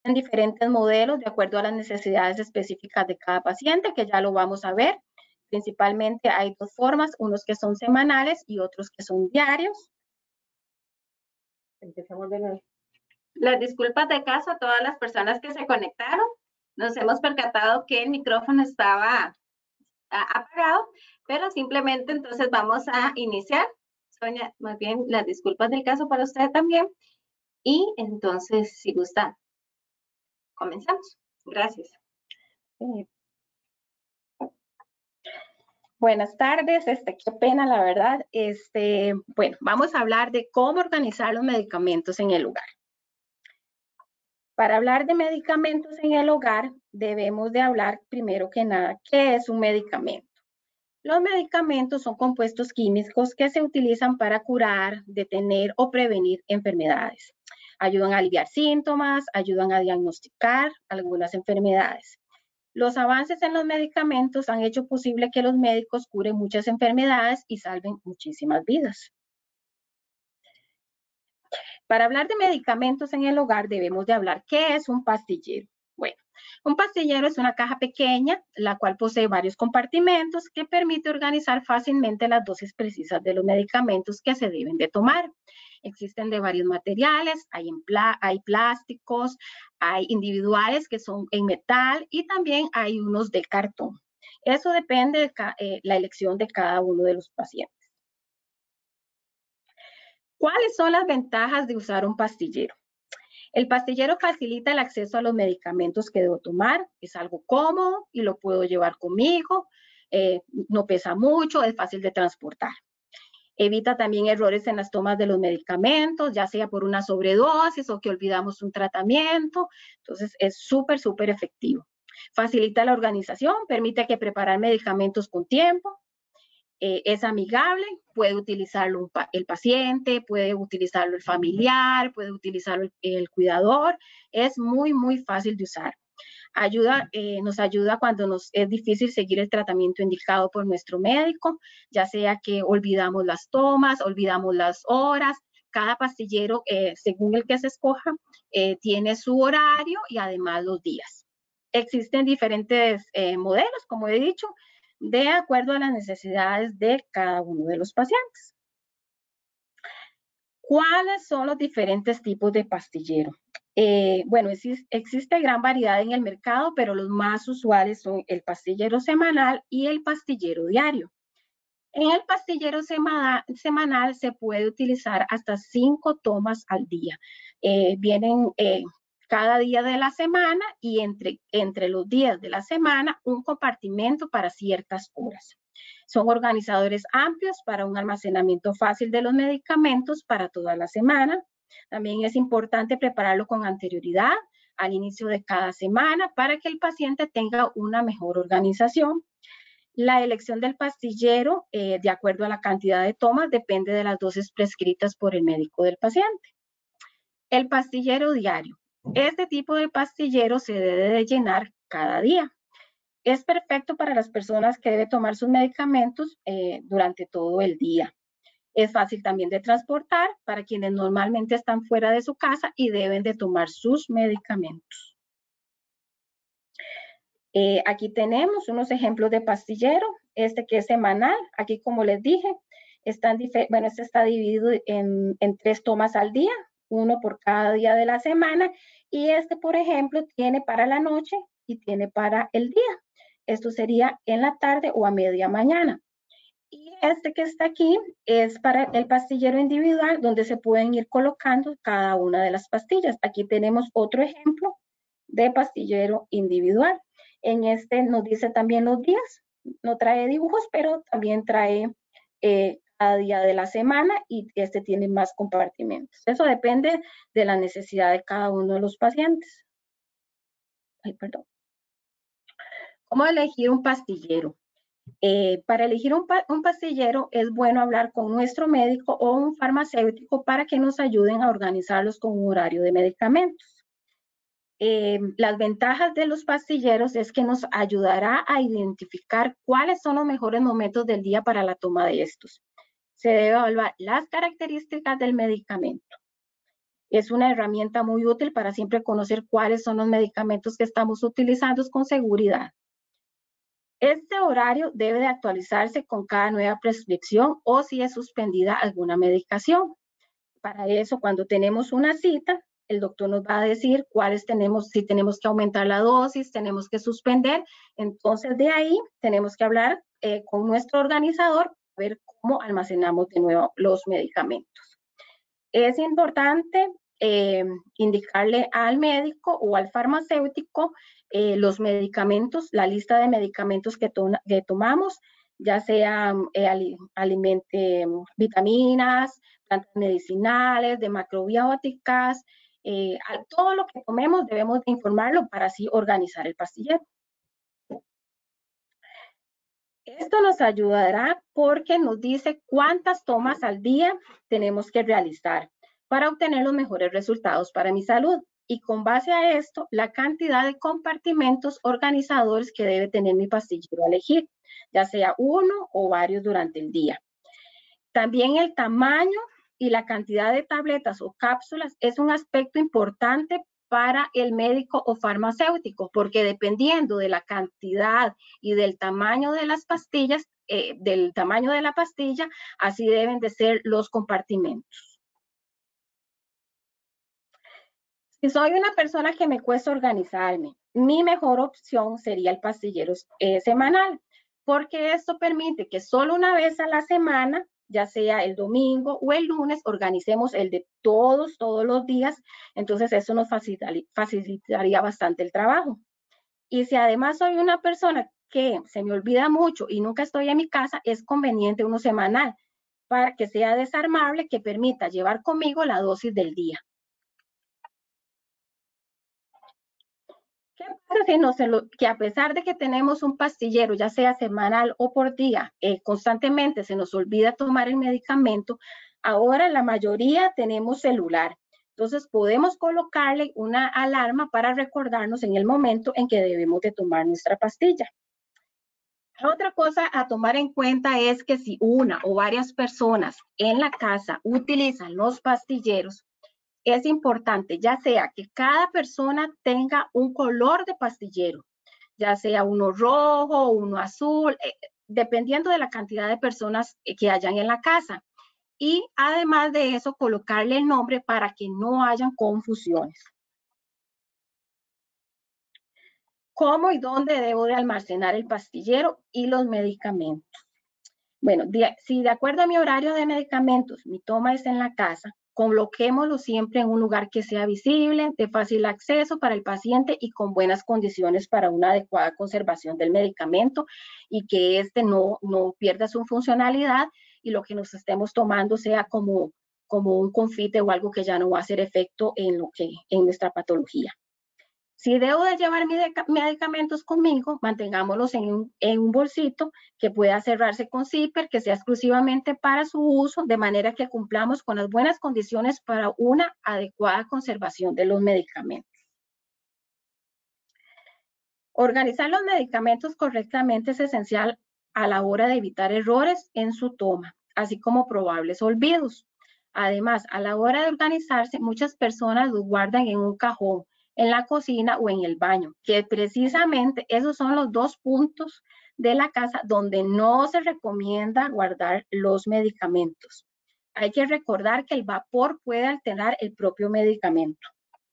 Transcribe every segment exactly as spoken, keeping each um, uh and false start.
En diferentes modelos de acuerdo a las necesidades específicas de cada paciente, que ya lo vamos a ver. Principalmente hay dos formas, unos que son semanales y otros que son diarios. Empezamos de nuevo. Las disculpas de caso a todas las personas que se conectaron. Nos hemos percatado que el micrófono estaba apagado, pero simplemente entonces vamos a iniciar. Sonia, más bien las disculpas del caso para usted también. Y entonces, si gusta, comenzamos. Gracias. Buenas tardes, este, qué pena la verdad. Este, bueno, vamos a hablar de cómo organizar los medicamentos en el hogar. Para hablar de medicamentos en el hogar, debemos de hablar primero que nada, ¿qué es un medicamento? Los medicamentos son compuestos químicos que se utilizan para curar, detener o prevenir enfermedades. Ayudan a aliviar síntomas, ayudan a diagnosticar algunas enfermedades. Los avances en los medicamentos han hecho posible que los médicos curen muchas enfermedades y salven muchísimas vidas. Para hablar de medicamentos en el hogar debemos de hablar qué es un pastillero. Bueno, un pastillero es una caja pequeña, la cual posee varios compartimentos que permite organizar fácilmente las dosis precisas de los medicamentos que se deben de tomar. Existen de varios materiales, hay, en pla hay plásticos, hay individuales que son en metal y también hay unos de cartón. Eso depende de eh, la elección de cada uno de los pacientes. ¿Cuáles son las ventajas de usar un pastillero? El pastillero facilita el acceso a los medicamentos que debo tomar, es algo cómodo y lo puedo llevar conmigo, eh, no pesa mucho, es fácil de transportar. Evita también errores en las tomas de los medicamentos, ya sea por una sobredosis o que olvidamos un tratamiento, entonces es súper, súper efectivo. Facilita la organización, permite que preparar medicamentos con tiempo. Eh, es amigable, puede utilizarlo el paciente, puede utilizarlo el familiar, puede utilizarlo el, el cuidador, es muy, muy fácil de usar. Ayuda, eh, nos ayuda cuando nos es difícil seguir el tratamiento indicado por nuestro médico, ya sea que olvidamos las tomas, olvidamos las horas, cada pastillero, eh, según el que se escoja, eh, tiene su horario y además los días. Existen diferentes eh, modelos, como he dicho, de acuerdo a las necesidades de cada uno de los pacientes. ¿Cuáles son los diferentes tipos de pastillero? Eh, bueno, existe, existe gran variedad en el mercado, pero los más usuales son el pastillero semanal y el pastillero diario. En el pastillero semana, semanal se puede utilizar hasta cinco tomas al día. Eh, vienen eh, cada día de la semana y entre, entre los días de la semana un compartimento para ciertas horas. Son organizadores amplios para un almacenamiento fácil de los medicamentos para toda la semana. También es importante prepararlo con anterioridad al inicio de cada semana para que el paciente tenga una mejor organización. La elección del pastillero, eh, de acuerdo a la cantidad de tomas, depende de las dosis prescritas por el médico del paciente. El pastillero diario. Este tipo de pastillero se debe de llenar cada día. Es perfecto para las personas que deben tomar sus medicamentos eh, durante todo el día. Es fácil también de transportar para quienes normalmente están fuera de su casa y deben de tomar sus medicamentos. Eh, aquí tenemos unos ejemplos de pastillero, este que es semanal, aquí como les dije, están bueno, este está dividido en, en tres tomas al día, uno por cada día de la semana, y este, por ejemplo, tiene para la noche y tiene para el día. Esto sería en la tarde o a media mañana. Y este que está aquí es para el pastillero individual, donde se pueden ir colocando cada una de las pastillas. Aquí tenemos otro ejemplo de pastillero individual. En este nos dice también los días, no trae dibujos, pero también trae eh, cada día de la semana y este tiene más compartimentos. Eso depende de la necesidad de cada uno de los pacientes. Ay, perdón. ¿Cómo elegir un pastillero? Eh, para elegir un, pa un pastillero es bueno hablar con nuestro médico o un farmacéutico para que nos ayuden a organizarlos con un horario de medicamentos. Eh, las ventajas de los pastilleros es que nos ayudará a identificar cuáles son los mejores momentos del día para la toma de estos. Se debe evaluar las características del medicamento. Es una herramienta muy útil para siempre conocer cuáles son los medicamentos que estamos utilizando con seguridad. Este horario debe de actualizarse con cada nueva prescripción o si es suspendida alguna medicación. Para eso, cuando tenemos una cita, el doctor nos va a decir cuáles tenemos, si tenemos que aumentar la dosis, tenemos que suspender. Entonces, de ahí tenemos que hablar eh, con nuestro organizador, ver cómo almacenamos de nuevo los medicamentos. Es importante eh, indicarle al médico o al farmacéutico eh, los medicamentos, la lista de medicamentos que, to que tomamos, ya sean eh, alimente, vitaminas, plantas medicinales, de macrobióticas, eh, a todo lo que tomemos debemos de informarlo para así organizar el pastillero. Esto nos ayudará porque nos dice cuántas tomas al día tenemos que realizar para obtener los mejores resultados para mi salud. Y con base a esto, la cantidad de compartimentos organizadores que debe tener mi pastillero a elegir, ya sea uno o varios durante el día. También el tamaño y la cantidad de tabletas o cápsulas es un aspecto importante para el médico o farmacéutico, porque dependiendo de la cantidad y del tamaño de las pastillas, eh, del tamaño de la pastilla, así deben de ser los compartimentos. Si soy una persona que me cuesta organizarme, mi mejor opción sería el pastillero eh, semanal, porque esto permite que solo una vez a la semana, ya sea el domingo o el lunes, organicemos el de todos, todos los días. Entonces eso nos facilitaría, facilitaría bastante el trabajo. Y si además soy una persona que se me olvida mucho y nunca estoy en mi casa, es conveniente uno semanal para que sea desarmable, que permita llevar conmigo la dosis del día. ¿Qué pasa si no se lo, que a pesar de que tenemos un pastillero, ya sea semanal o por día, eh, constantemente se nos olvida tomar el medicamento? Ahora la mayoría tenemos celular. Entonces podemos colocarle una alarma para recordarnos en el momento en que debemos de tomar nuestra pastilla. Otra cosa a tomar en cuenta es que si una o varias personas en la casa utilizan los pastilleros, es importante, ya sea que cada persona tenga un color de pastillero, ya sea uno rojo, uno azul, eh, dependiendo de la cantidad de personas que hayan en la casa. Y además de eso, colocarle el nombre para que no hayan confusiones. ¿Cómo y dónde debo de almacenar el pastillero y los medicamentos? Bueno, si de acuerdo a mi horario de medicamentos, mi toma es en la casa, coloquémoslo siempre en un lugar que sea visible, de fácil acceso para el paciente y con buenas condiciones para una adecuada conservación del medicamento y que éste no, no pierda su funcionalidad y lo que nos estemos tomando sea como, como un confite o algo que ya no va a hacer efecto en, lo que, en nuestra patología. Si debo de llevar mis medicamentos conmigo, mantengámoslos en un, en un bolsito que pueda cerrarse con zipper, que sea exclusivamente para su uso, de manera que cumplamos con las buenas condiciones para una adecuada conservación de los medicamentos. Organizar los medicamentos correctamente es esencial a la hora de evitar errores en su toma, así como probables olvidos. Además, a la hora de organizarse, muchas personas los guardan en un cajón, en la cocina o en el baño, que precisamente esos son los dos puntos de la casa donde no se recomienda guardar los medicamentos. Hay que recordar que el vapor puede alterar el propio medicamento.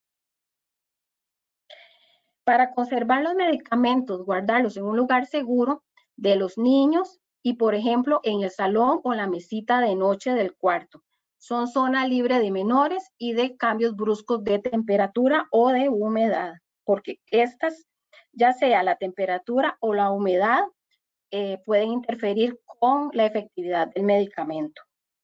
Para conservar los medicamentos, guardarlos en un lugar seguro de los niños y, por ejemplo, en el salón o la mesita de noche del cuarto. Son zona libre de menores y de cambios bruscos de temperatura o de humedad, porque estas, ya sea la temperatura o la humedad, eh, pueden interferir con la efectividad del medicamento.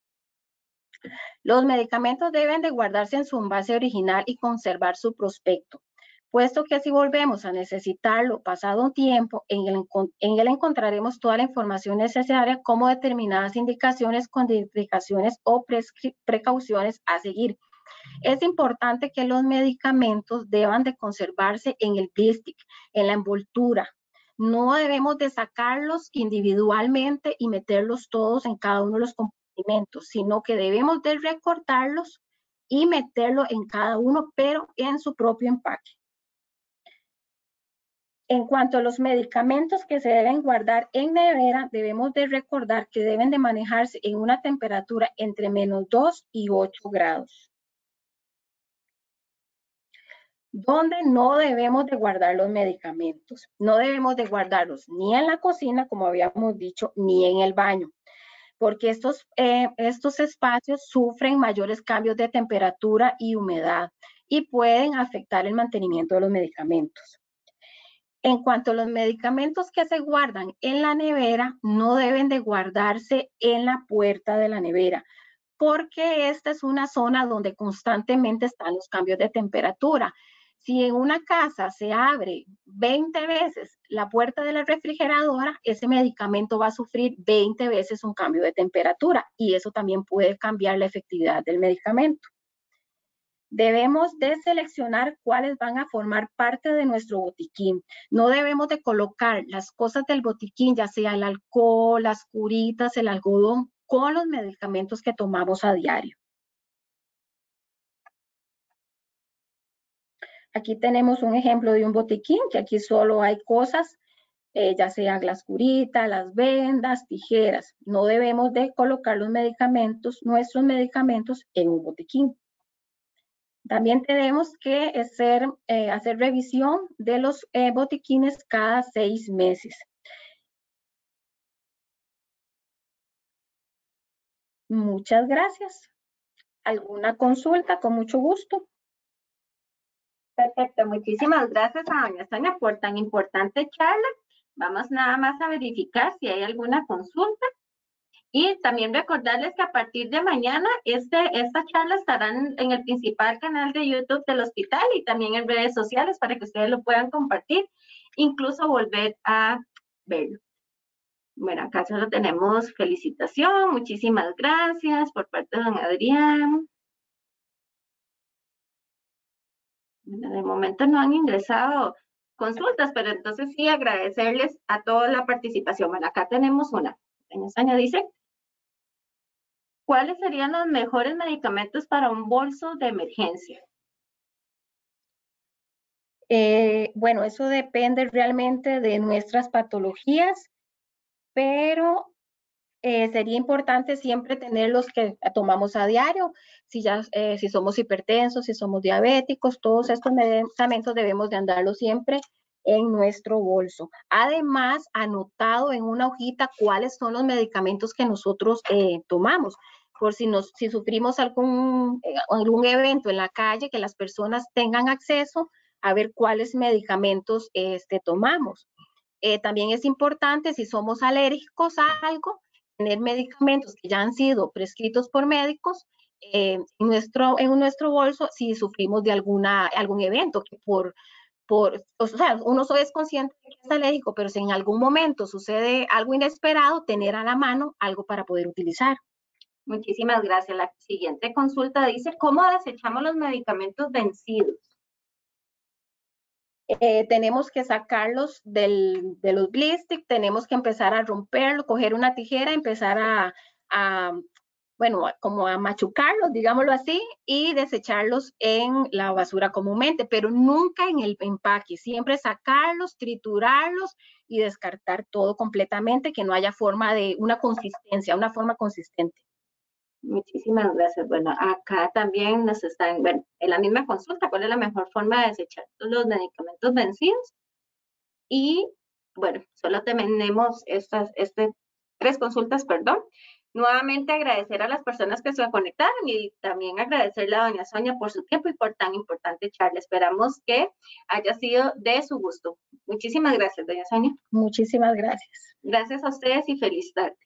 Los medicamentos deben de guardarse en su envase original y conservar su prospecto, puesto que si volvemos a necesitarlo pasado un tiempo, en él, en él encontraremos toda la información necesaria como determinadas indicaciones, contraindicaciones o precauciones a seguir. Es importante que los medicamentos deban de conservarse en el plástico, en la envoltura. No debemos de sacarlos individualmente y meterlos todos en cada uno de los compartimentos, sino que debemos de recortarlos y meterlo en cada uno, pero en su propio empaque. En cuanto a los medicamentos que se deben guardar en nevera, debemos de recordar que deben de manejarse en una temperatura entre menos dos y ocho grados. Donde no debemos de guardar los medicamentos. No debemos de guardarlos ni en la cocina, como habíamos dicho, ni en el baño, porque estos, eh, estos espacios sufren mayores cambios de temperatura y humedad y pueden afectar el mantenimiento de los medicamentos. En cuanto a los medicamentos que se guardan en la nevera, no deben de guardarse en la puerta de la nevera, porque esta es una zona donde constantemente están los cambios de temperatura. Si en una casa se abre veinte veces la puerta de la refrigeradora, ese medicamento va a sufrir veinte veces un cambio de temperatura y eso también puede cambiar la efectividad del medicamento. Debemos de seleccionar cuáles van a formar parte de nuestro botiquín. No debemos de colocar las cosas del botiquín, ya sea el alcohol, las curitas, el algodón, con los medicamentos que tomamos a diario. Aquí tenemos un ejemplo de un botiquín, que aquí solo hay cosas, eh, ya sean las curitas, las vendas, tijeras. No debemos de colocar los medicamentos, nuestros medicamentos, en un botiquín. También tenemos que hacer, eh, hacer revisión de los eh, botiquines cada seis meses. Muchas gracias. ¿Alguna consulta? Con mucho gusto. Perfecto, muchísimas gracias a doña Sonia por tan importante charla. Vamos nada más a verificar si hay alguna consulta. Y también recordarles que a partir de mañana este, esta charla estará en, en el principal canal de YouTube del hospital y también en redes sociales para que ustedes lo puedan compartir, incluso volver a verlo. Bueno, acá solo tenemos felicitación, muchísimas gracias por parte de don Adrián. De momento no han ingresado consultas, pero entonces sí agradecerles a toda la participación. Bueno, acá tenemos una. Doña Sonia dice, ¿cuáles serían los mejores medicamentos para un bolso de emergencia? Eh, bueno, eso depende realmente de nuestras patologías, pero eh, sería importante siempre tener los que tomamos a diario, si, ya, eh, si somos hipertensos, si somos diabéticos, todos estos medicamentos debemos de andarlos siempre en nuestro bolso. Además, anotado en una hojita cuáles son los medicamentos que nosotros eh, tomamos, por si, nos, si sufrimos algún, eh, algún evento en la calle, que las personas tengan acceso a ver cuáles medicamentos este, tomamos. Eh, también es importante, si somos alérgicos a algo, tener medicamentos que ya han sido prescritos por médicos eh, en, nuestro, en nuestro bolso si sufrimos de alguna, algún evento que por, por, o sea, uno es consciente de que es alérgico, pero si en algún momento sucede algo inesperado, tener a la mano algo para poder utilizar. Muchísimas gracias. La siguiente consulta dice, ¿cómo desechamos los medicamentos vencidos? Eh, tenemos que sacarlos del, de los blister, tenemos que empezar a romperlo, coger una tijera, empezar a, a, bueno, como a machucarlos, digámoslo así, y desecharlos en la basura comúnmente, pero nunca en el empaque, siempre sacarlos, triturarlos y descartar todo completamente, que no haya forma de una consistencia, una forma consistente. Muchísimas gracias. Bueno, acá también nos están, bueno, en la misma consulta, ¿cuál es la mejor forma de desechar los medicamentos vencidos? Y, bueno, solo tenemos estas, este, tres consultas, perdón. Nuevamente agradecer a las personas que se conectaron y también agradecerle a doña Sonia por su tiempo y por tan importante charla. Esperamos que haya sido de su gusto. Muchísimas gracias, doña Sonia. Muchísimas gracias. Gracias a ustedes y feliz tarde.